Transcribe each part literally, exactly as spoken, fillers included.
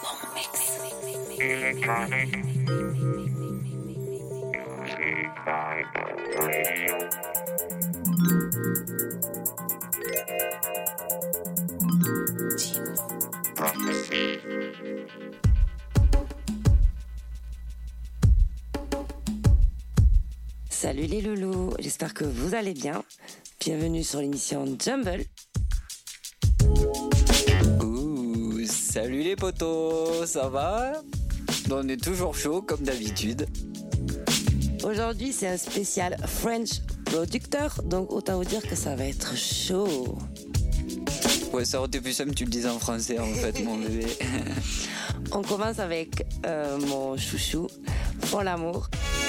Salut les loulous, j'espère que vous allez bien. Bienvenue sur l'émission Jumble. Ouh, salut les potos, ça va? On est toujours chaud comme d'habitude. Aujourd'hui c'est un spécial French Producteur, donc autant vous dire que ça va être chaud. Ouais, ça aurait été plus simple, tu le disais en français en fait, mon bébé. On commence avec euh, mon chouchou, For l'amour.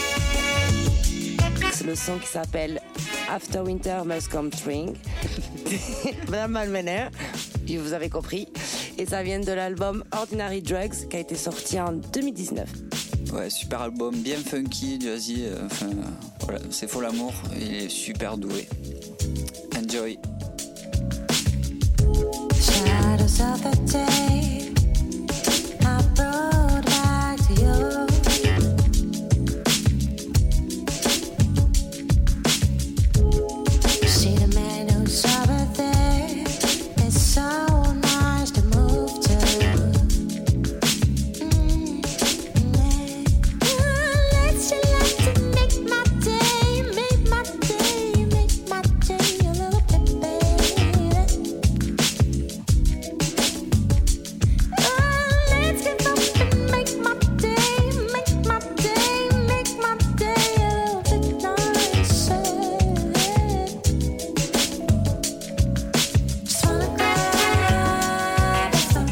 C'est le son qui s'appelle After Winter Must Come Spring. Madame Malmener, vous avez compris. Et ça vient de l'album Ordinary Drugs qui a été sorti en deux mille dix-neuf. Ouais, super album, bien funky, jazzy. Euh, enfin, voilà, c'est For l'amour, il est super doué. Enjoy. Shadows of the day, I brought back to you. See the man who's over there, it's so nice to move to. Mm-hmm. Let's you like to make my day, make my day, make my day a little bit better. Let's get up and make my day, make my day, make my day a little bit nicer. Just wanna grab a phone,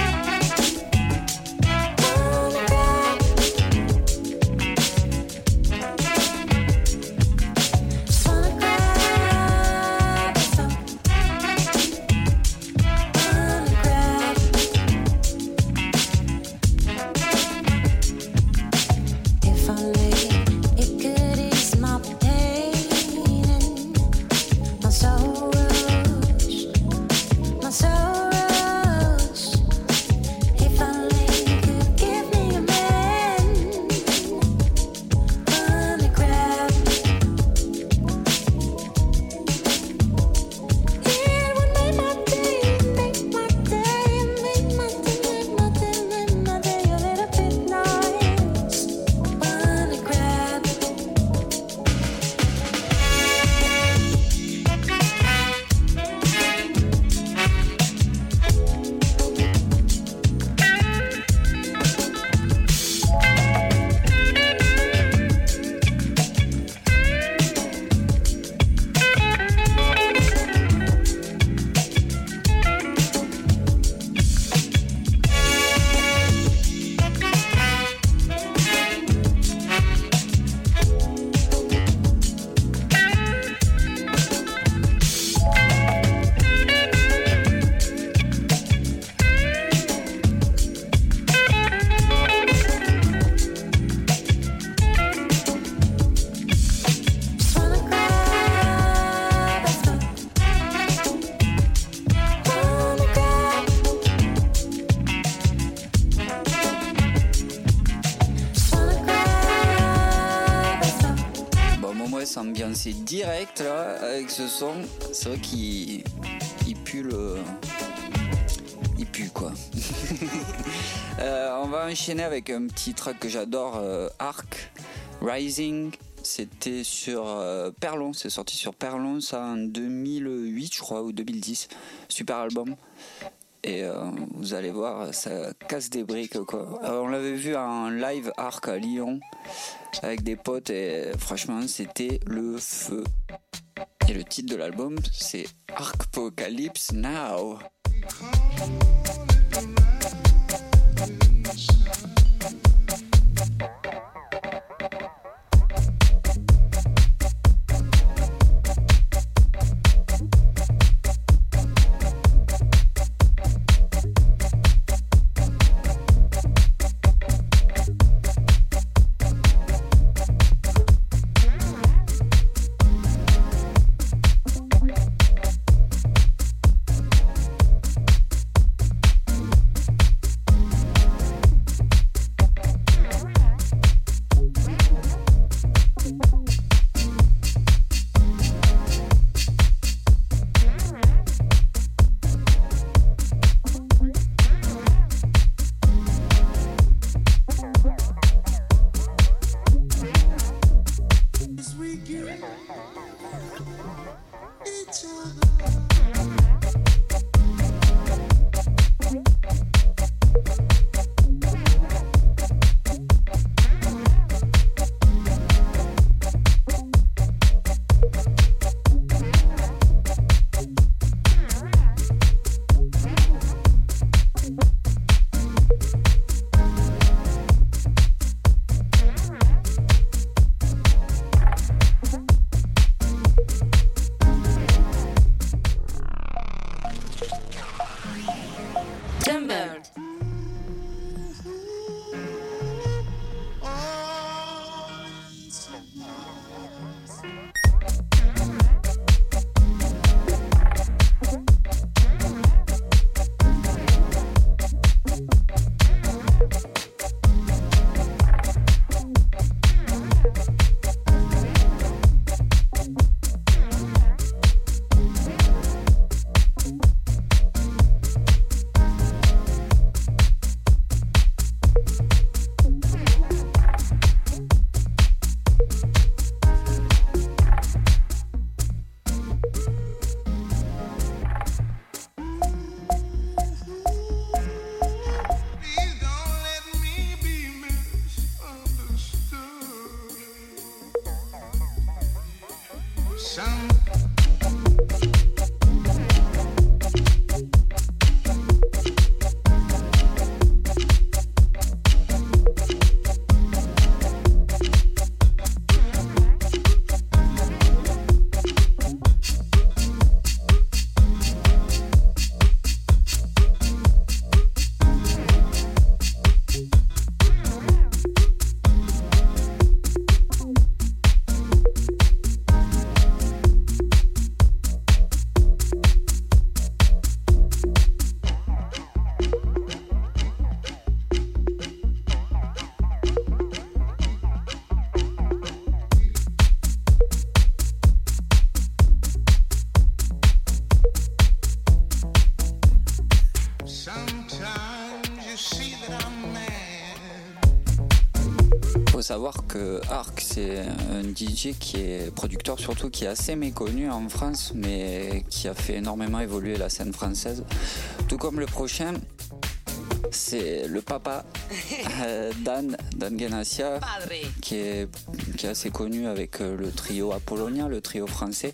wanna grab. Just wanna grab a phone, wanna grab. If only it could ease my pain and my sorrows, my sorrows. If only you could give me a man, wanna grab. It would make my day, make my day, make my day, make my day, make my day a little bit nice. Wanna grab. Just wanna grab a phone, wanna grab. Just wanna grab a phone. Bon, moi, c'est ambiancé direct là avec ce son. C'est vrai qu'il il pue le. Il pue quoi. Euh, on va enchaîner avec un petit track que j'adore, euh, Arc Rising. C'était sur euh, Perlon, c'est sorti sur Perlon, ça en deux mille huit je crois, ou deux mille dix. Super album. Et euh, vous allez voir, ça casse des briques quoi. Alors, on l'avait vu en live Arc à Lyon avec des potes et franchement c'était le feu. Et le titre de l'album c'est Arcpocalypse Now. Faut savoir que Arc, c'est un D J qui est producteur surtout, qui est assez méconnu en France, mais qui a fait énormément évoluer la scène française. Tout comme le prochain, c'est le papa euh, Dan, Dan Ganassia, qui est, qui est assez connu avec euh, le trio Apollonia, le trio français.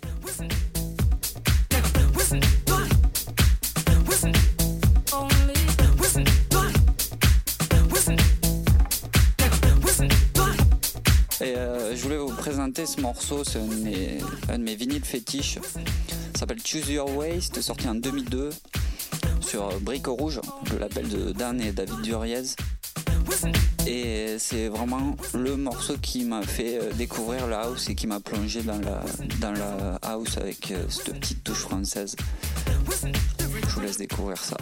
Et euh, je voulais vous présenter ce morceau, c'est un de mes, un de mes vinyles fétiches. Ça s'appelle Choose Your Way, c'était sorti en deux mille deux sur Brique Rouge, le label de Dan et David Duriez. Et c'est vraiment le morceau qui m'a fait découvrir la house et qui m'a plongé dans la, dans la house avec cette petite touche française. Je vous laisse découvrir ça.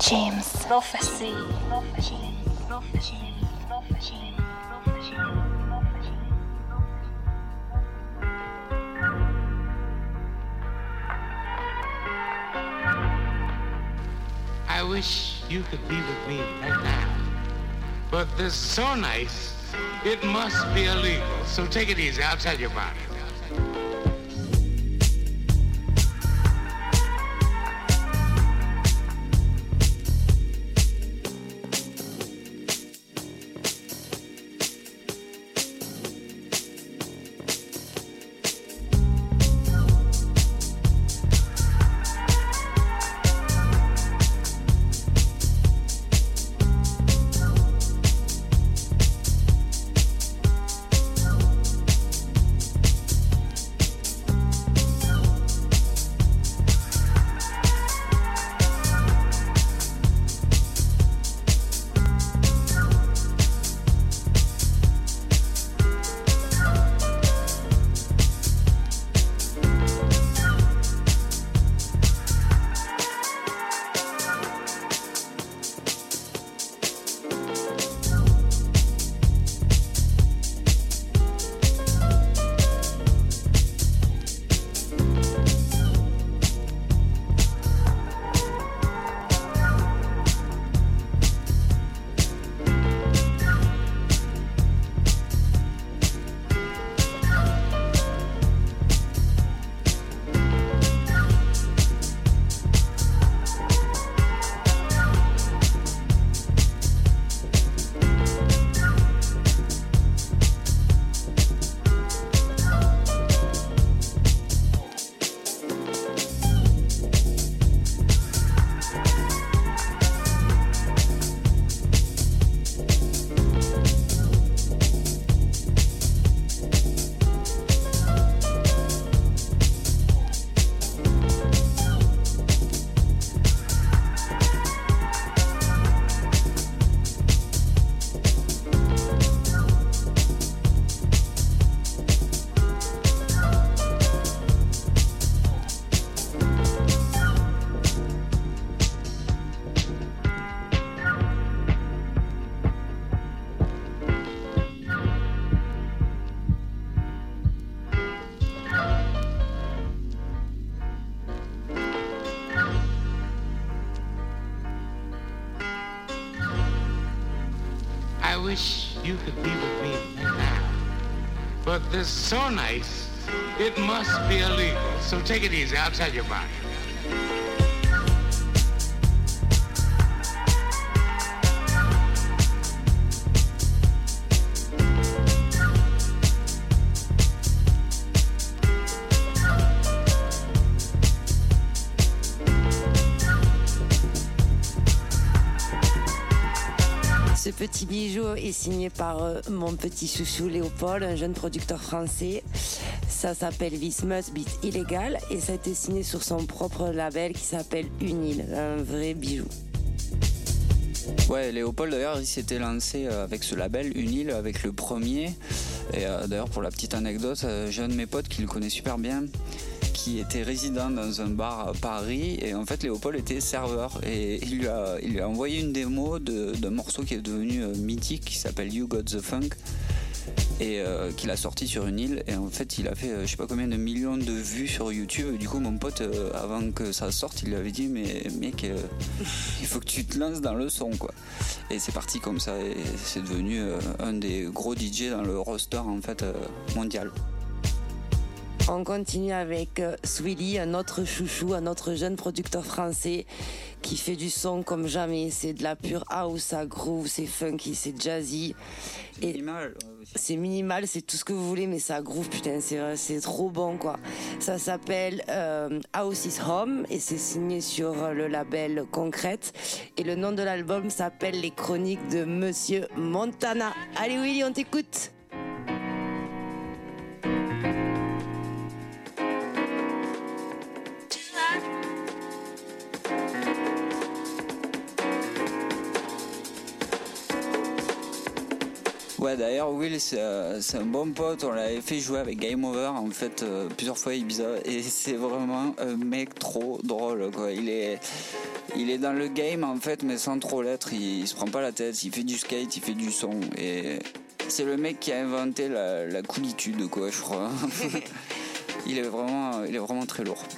James. Prophecy. Prophecy. Prophecy. Prophecy. Prophecy. I wish you could be with me right now. But this is so nice, it must be illegal. So take it easy, I'll tell you about it. I wish you could be with me right now. But this is so nice, it must be illegal. So take it easy, I'll tell you about it. Ce petit bijou est signé par euh, mon petit chouchou Léopold, un jeune producteur français. Ça s'appelle This Must Be Illegal et ça a été signé sur son propre label qui s'appelle Unil, un vrai bijou. Ouais, Léopold d'ailleurs il s'était lancé avec ce label Unil, avec le premier. Et euh, d'ailleurs pour la petite anecdote, euh, j'ai un de mes potes qui le connaît super bien, qui était résident dans un bar à Paris, et en fait Léopold était serveur et il lui a, il lui a envoyé une démo de, d'un morceau qui est devenu euh, mythique, qui s'appelle You Got The Funk, et euh, qu'il a sorti sur une île, et en fait il a fait euh, je sais pas combien de millions de vues sur YouTube, et du coup mon pote euh, avant que ça sorte il lui avait dit mais mec euh, il faut que tu te lances dans le son quoi, et c'est parti comme ça, et c'est devenu euh, un des gros D J dans le roster en fait euh, mondial. On continue avec euh, Swilly, un autre chouchou, un autre jeune producteur français qui fait du son comme jamais. C'est de la pure house, ça groove, c'est funky, c'est jazzy. Et Minimal. c'est minimal, c'est tout ce que vous voulez, mais ça groove, putain, c'est, c'est trop bon quoi. Ça s'appelle euh, House is Home et c'est signé sur le label Concrète. Et le nom de l'album s'appelle Les Chroniques de Monsieur Montana. Allez Willy, on t'écoute. Ouais, d'ailleurs, Will, c'est, euh, c'est un bon pote. On l'avait fait jouer avec Game Over, en fait, euh, plusieurs fois à Ibiza. Et c'est vraiment un mec trop drôle, quoi. Il est... il est dans le game en fait, mais sans trop l'être. Il, il se prend pas la tête, il fait du skate, il fait du son. Et c'est le mec qui a inventé la, la coolitude, quoi, je crois. il, est vraiment, il est vraiment très lourd.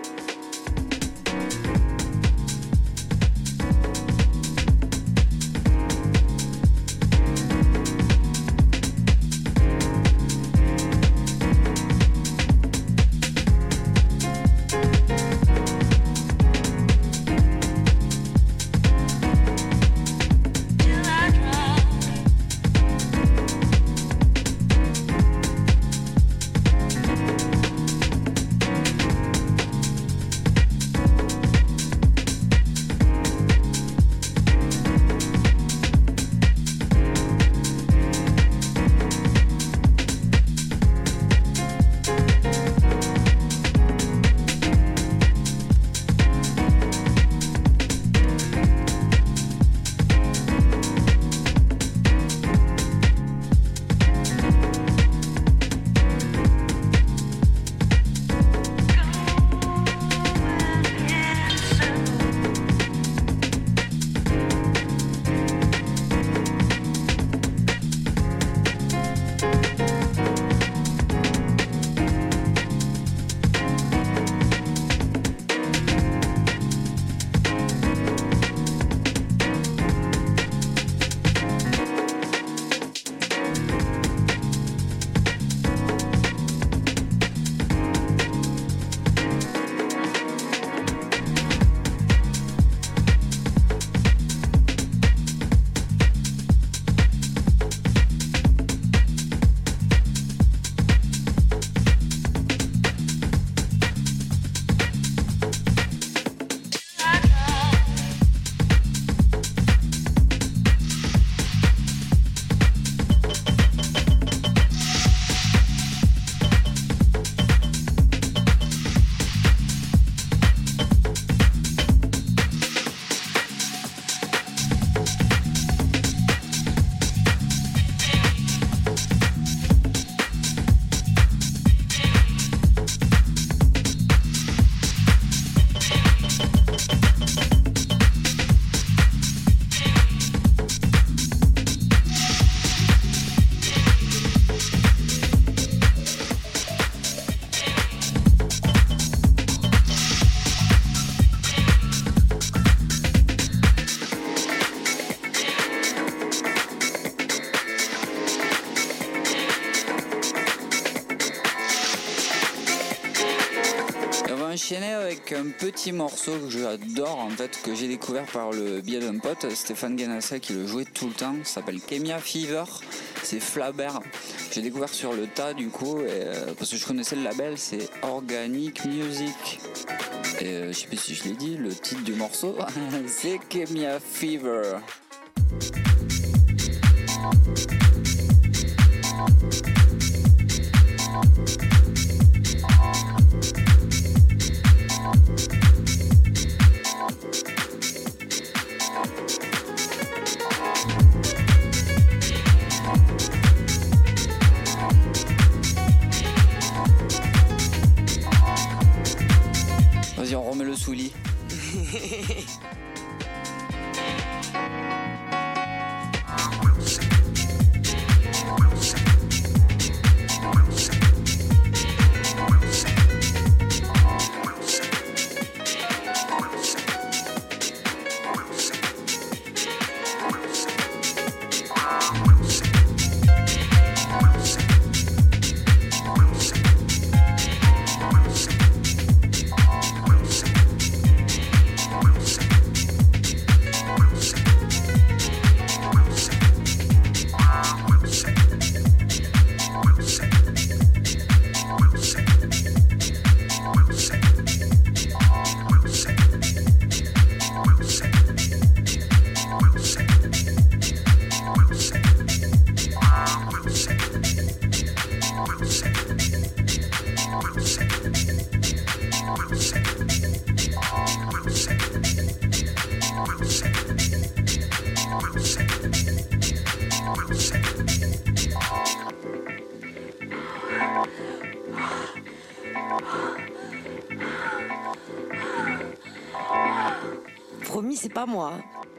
Enchaîner avec un petit morceau que j'adore en fait, que j'ai découvert par le biais d'un pote, Stéphane Ganassa, qui le jouait tout le temps. Ça s'appelle Kemia Fever, c'est Flabert. J'ai découvert sur le tas du coup, et, euh, parce que je connaissais le label, c'est Organic Music. Et euh, je sais plus si je l'ai dit, le titre du morceau, c'est Kemia Fever. Vas-y, on remet le sous-lit. vomi, c'est pas moi.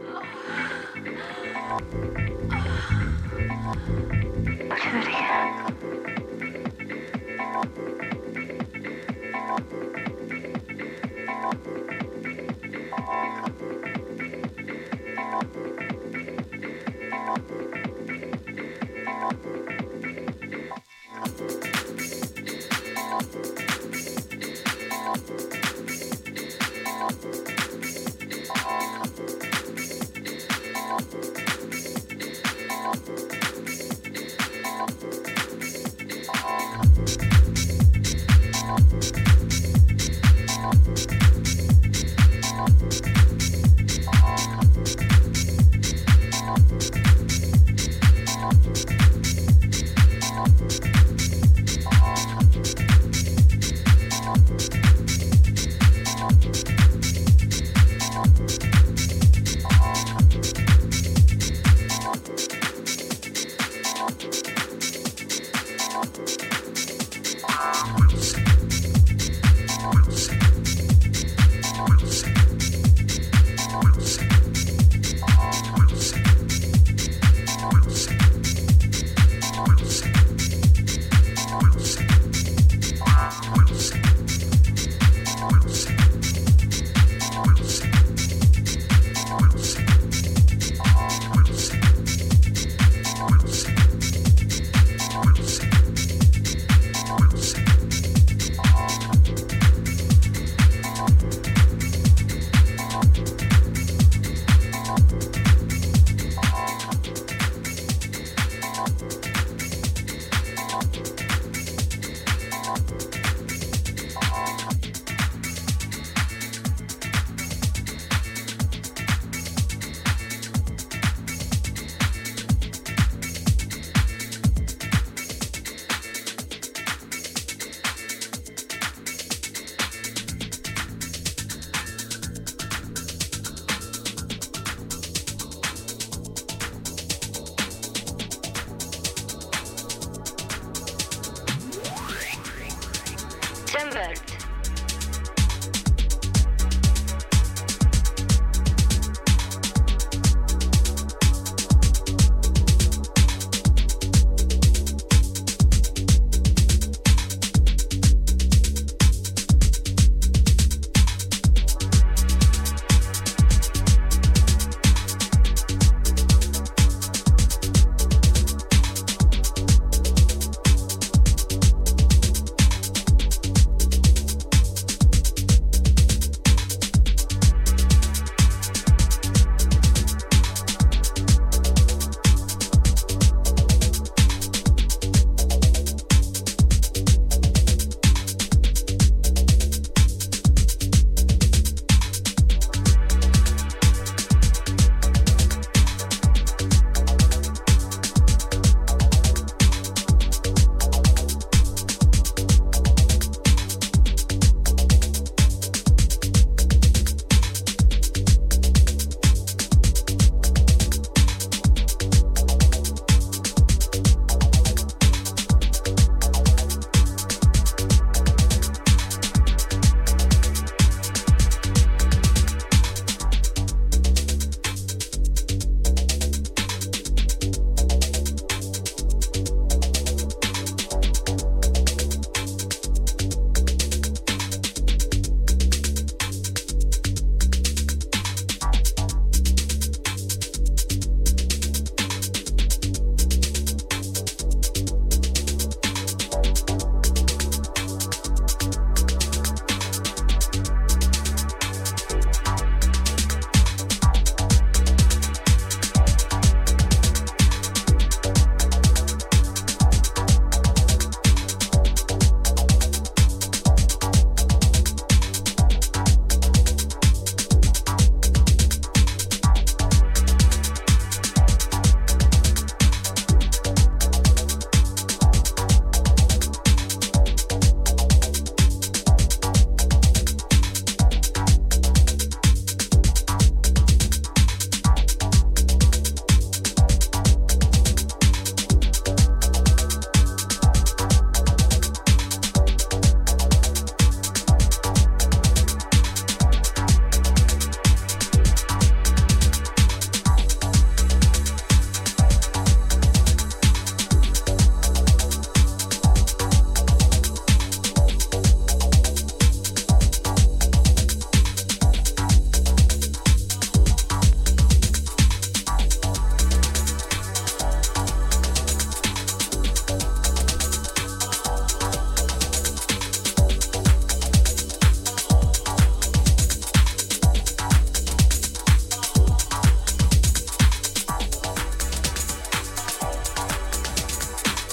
Sunbelt.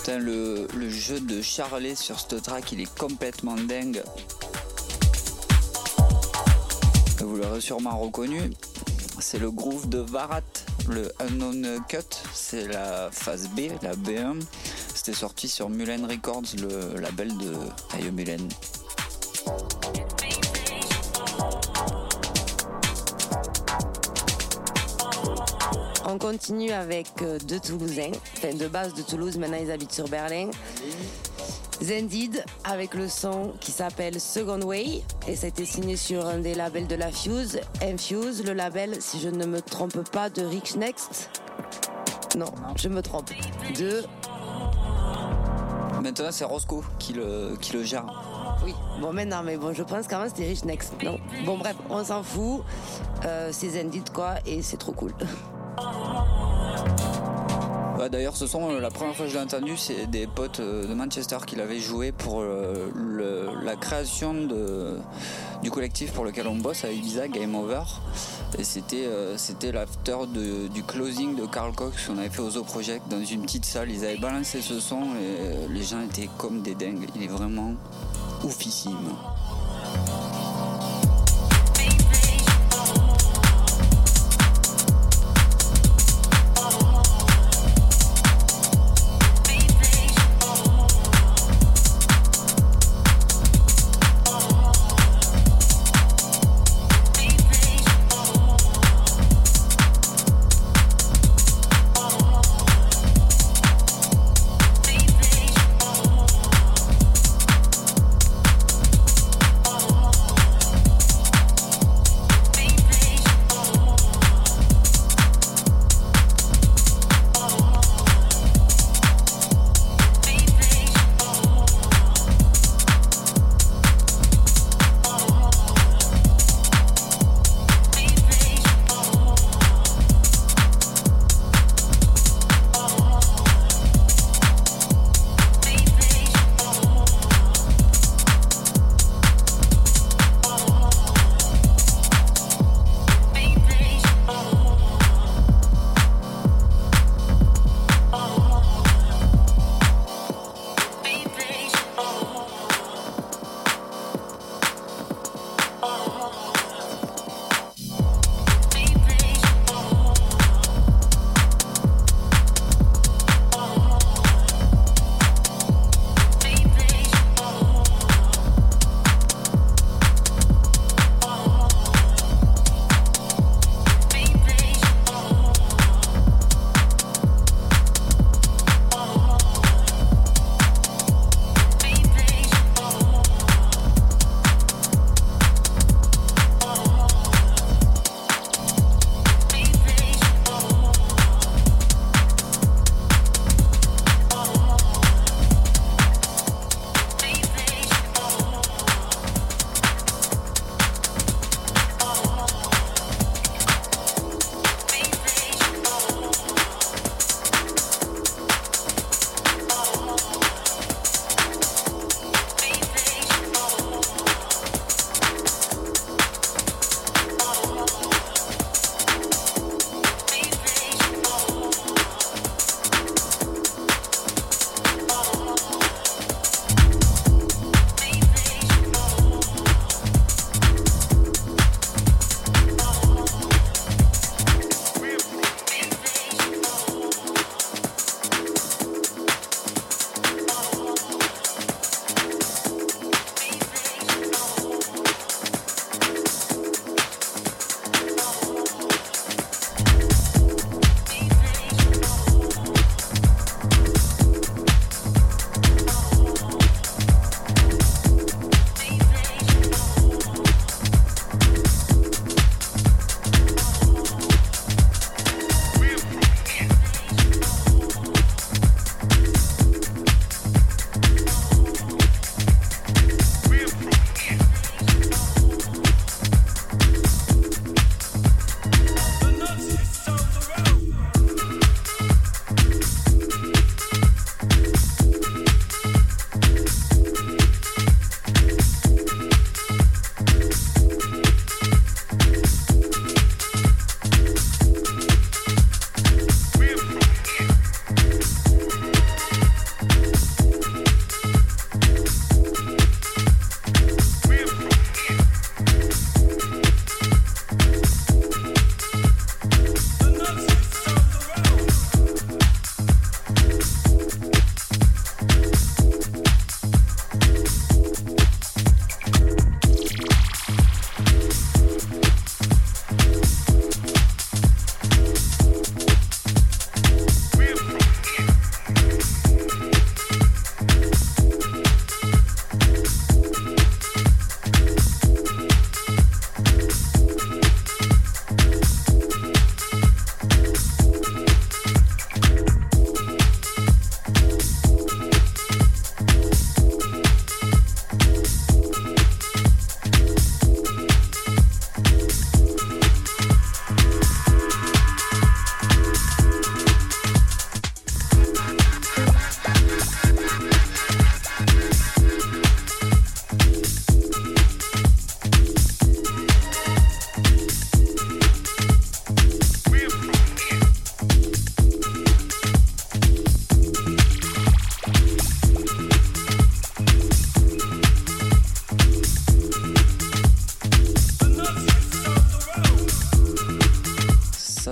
Putain, le, le jeu de Charlet sur ce track, il est complètement dingue. Vous l'aurez sûrement reconnu. C'est le groove de Varat, le Unknown Cut. C'est la phase B, la B un. C'était sorti sur Mulen Records, le label de Ayo Mulen. On continue avec euh, deux Toulousains, enfin de base de Toulouse, maintenant ils habitent sur Berlin. Zendid avec le son qui s'appelle Second Way et ça a été signé sur un des labels de la Fuse, Infuse, le label, si je ne me trompe pas, de Rich Next. Non, je me trompe. De... Maintenant c'est Roscoe qui le, qui le gère. Oui, bon maintenant, mais bon, je pense qu'avant c'était Rich Next, non. Bon bref, on s'en fout, euh, c'est Zendid quoi et c'est trop cool. Ouais, d'ailleurs, ce son, la première fois que je l'ai entendu, c'est des potes de Manchester qui l'avaient joué pour euh, le, la création de, du collectif pour lequel on bosse à Ibiza, Game Over. Et c'était, euh, c'était l'after de, du closing de Carl Cox qu'on avait fait au Zoo Project dans une petite salle. Ils avaient balancé ce son et les gens étaient comme des dingues. Il est vraiment oufissime.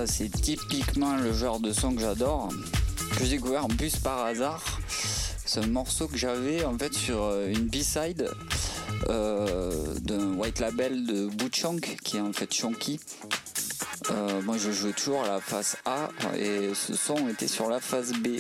c'est typiquement le genre de son que j'adore, que j'ai découvert en plus par hasard. C'est un morceau que j'avais en fait sur une B-side euh, d'un white label de Bootchonk qui est en fait Chonky. Euh, moi je jouais toujours à la face A et ce son était sur la face B.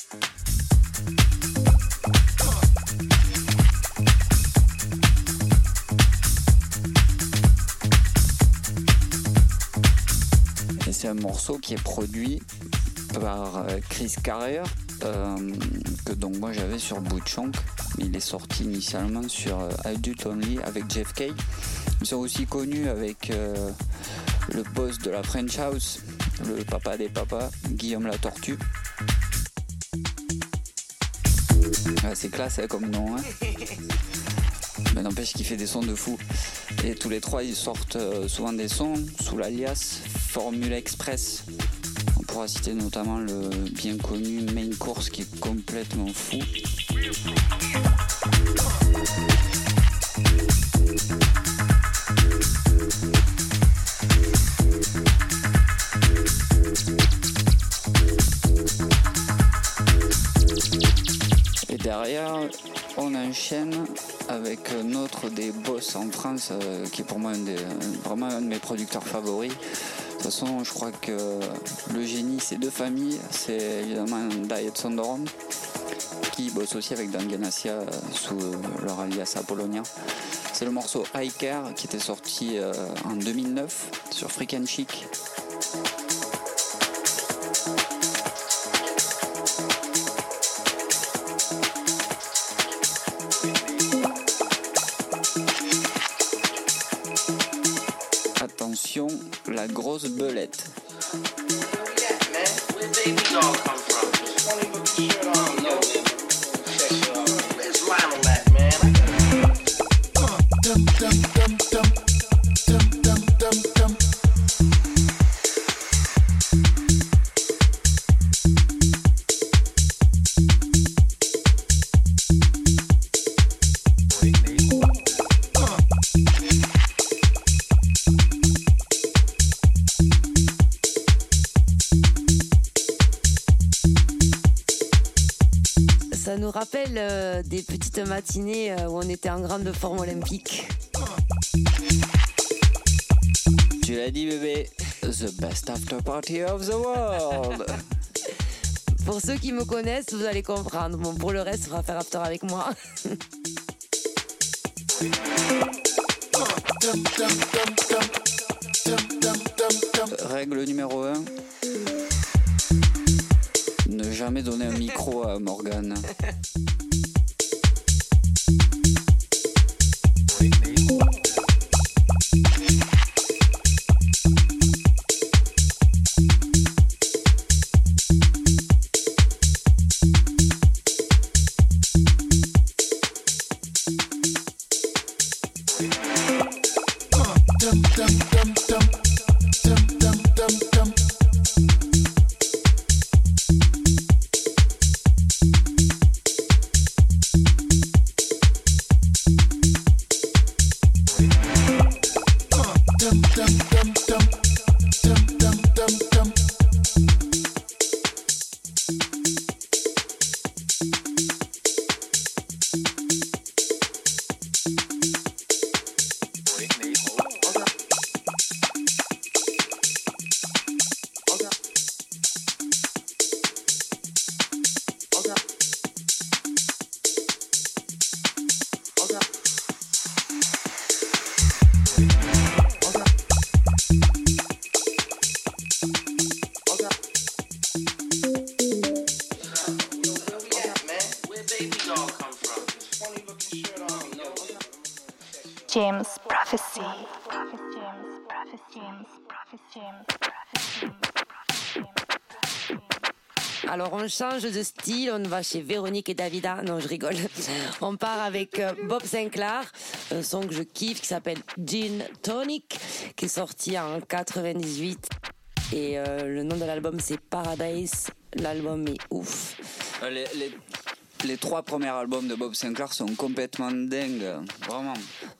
Et c'est un morceau qui est produit par Chris Carrier, euh, que donc moi j'avais sur Bootchonk, mais il est sorti initialement sur Adult Only avec Jeff Kay. Ils sont aussi connus avec euh, le boss de la French House, le papa des papas, Guillaume la Tortue. Ah, c'est classe hein, comme nom, hein. Mais n'empêche qu'il fait des sons de fou. Et tous les trois ils sortent euh, souvent des sons sous l'alias Formule Express. On pourra citer notamment le bien connu Main Course qui est complètement fou. Et derrière, on enchaîne avec notre des boss en France, euh, qui est pour moi un des, vraiment un de mes producteurs favoris. De toute façon, je crois que le génie, c'est deux familles. C'est évidemment Diet Syndrome, qui bosse aussi avec Dan Ganassia euh, sous euh, leur alias Apollonia. C'est le morceau I Care qui était sorti euh, en deux mille neuf sur Freak and Chic. Attention, la grosse belette. Ça nous rappelle euh, des petites matinées euh, où on était en grande forme olympique. Tu l'as dit bébé, the best after party of the world. Pour ceux qui me connaissent, vous allez comprendre. Bon, pour le reste, on va faire after avec moi. Règle numéro un. Ne jamais donner un micro à Morgane. James Prophecy. James Prophecy. James Prophecy. James Prophecy. Alors on change de style, on va chez Véronique et Davida. Non, je rigole. On part avec euh, Bob Sinclair, un son que je kiffe qui s'appelle Gin Tonic, qui est sorti en quatre-vingt-dix-huit. Et euh, le nom de l'album c'est Paradise. L'album est ouf. Les, les, les trois premiers albums de Bob Sinclair sont complètement dingues, vraiment.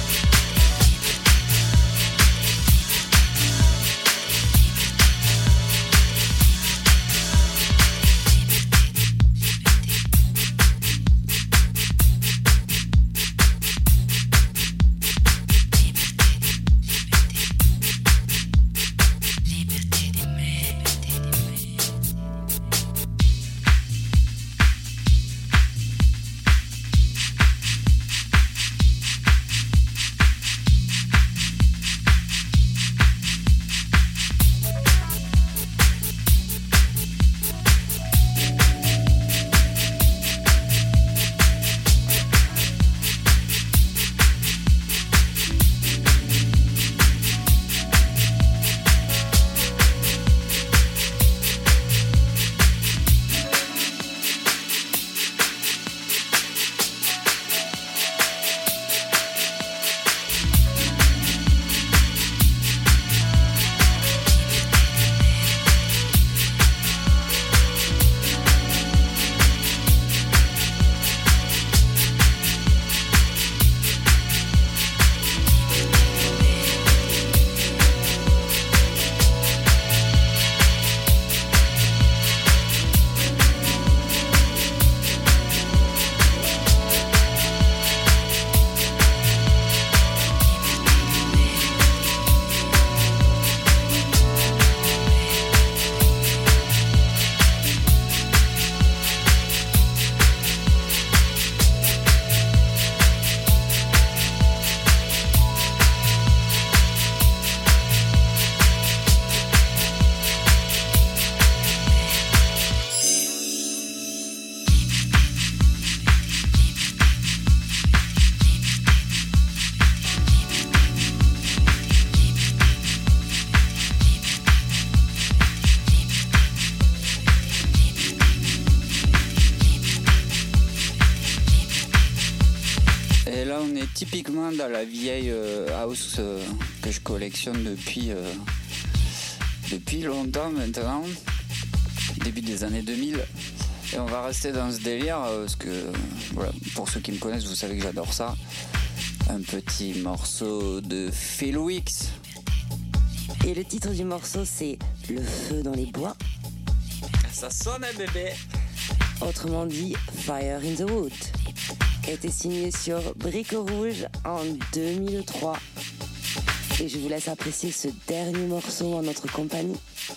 typiquement dans la vieille euh, house euh, que je collectionne depuis, euh, depuis longtemps maintenant, début des années deux mille. Et on va rester dans ce délire euh, parce que, euh, voilà, pour ceux qui me connaissent, vous savez que j'adore ça. Un petit morceau de Phil Weeks. Et le titre du morceau, c'est Le feu dans les bois. Ça sonne, un bébé. Autrement dit, Fire in the Wood, qui a été signé sur Brico Rouge en deux mille trois. Et je vous laisse apprécier ce dernier morceau en notre compagnie.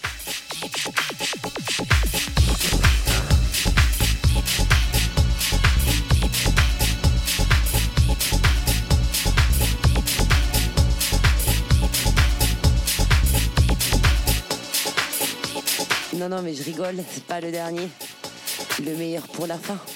Non, non, mais je rigole, c'est pas le dernier. Le meilleur pour la fin.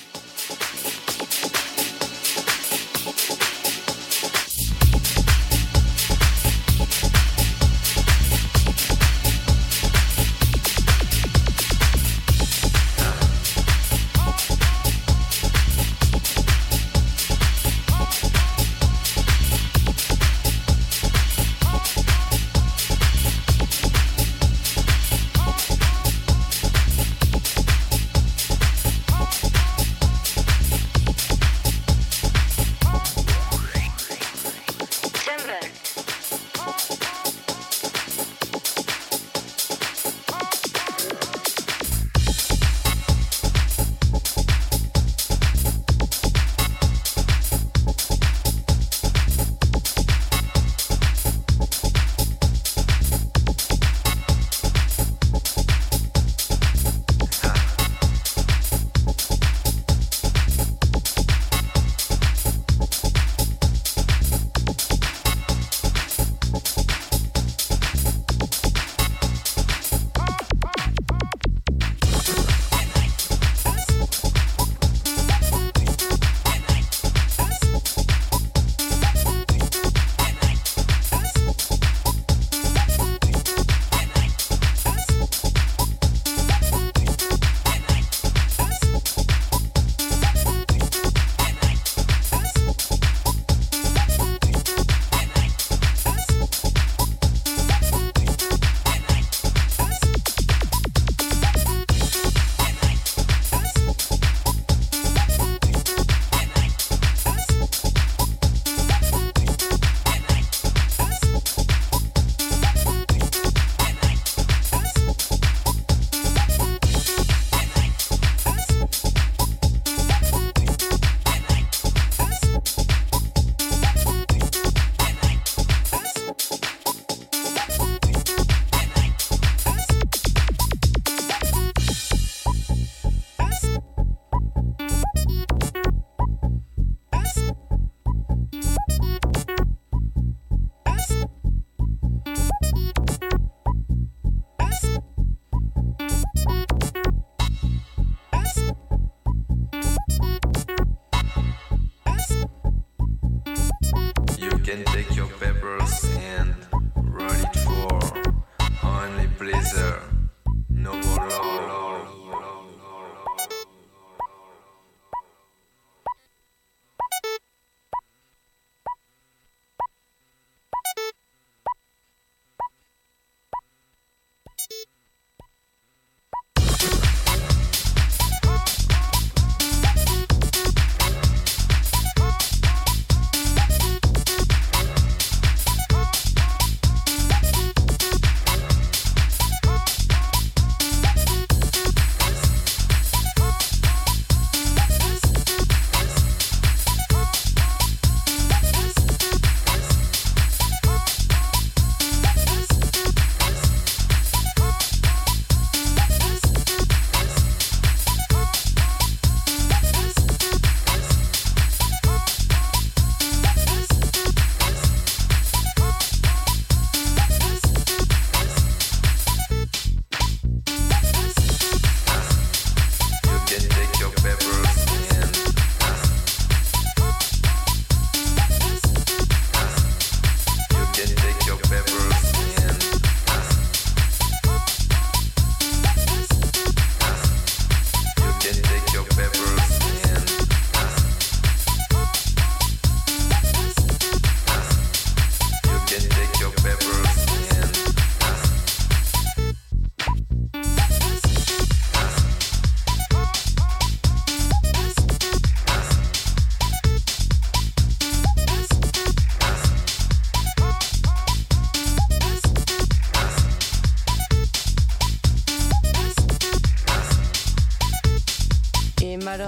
can take your papers and write it for only pleasure, no more law.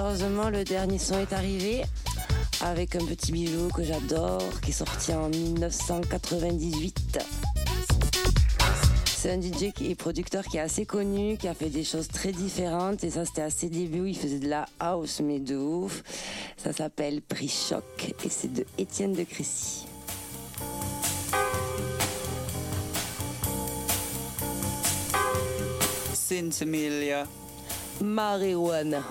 malheureusement, le dernier son est arrivé avec un petit bijou que j'adore, qui est sorti en dix-neuf cent quatre-vingt-dix-huit. C'est un D J et producteur qui est assez connu, qui a fait des choses très différentes. Et ça, c'était à ses débuts. Il faisait de la house, mais de ouf. Ça s'appelle Prix Choc et c'est de Étienne de Crécy. Sinsemilla. Marijuana.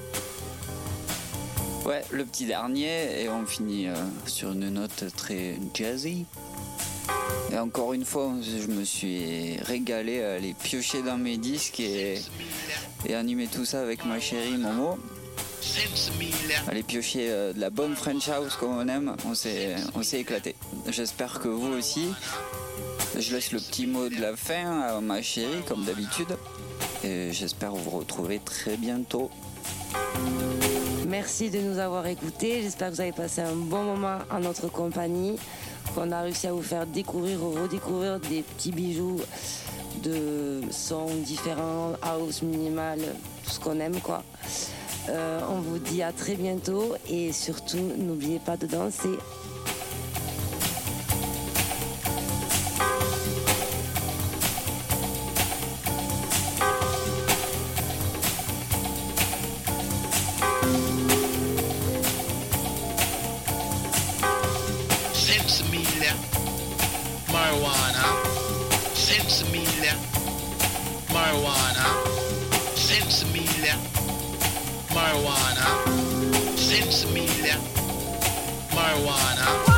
Ouais, le petit dernier, et on finit euh, sur une note très jazzy. Et encore une fois, je me suis régalé à aller piocher dans mes disques et, et animer tout ça avec ma chérie Momo. Aller piocher euh, de la bonne French House comme on aime, on s'est, on s'est éclaté. J'espère que vous aussi. Je laisse le petit mot de la fin à ma chérie, comme d'habitude. Et j'espère vous retrouver très bientôt. Merci de nous avoir écoutés. J'espère que vous avez passé un bon moment en notre compagnie, qu'on a réussi à vous faire découvrir ou redécouvrir des petits bijoux de sons différents, house, minimal, tout ce qu'on aime, quoi. Euh, on vous dit à très bientôt et surtout, n'oubliez pas de danser. Sinsemilla, marijuana. Sinsemilla, marijuana. Sinsemilla, marijuana. Sinsemilla, marijuana.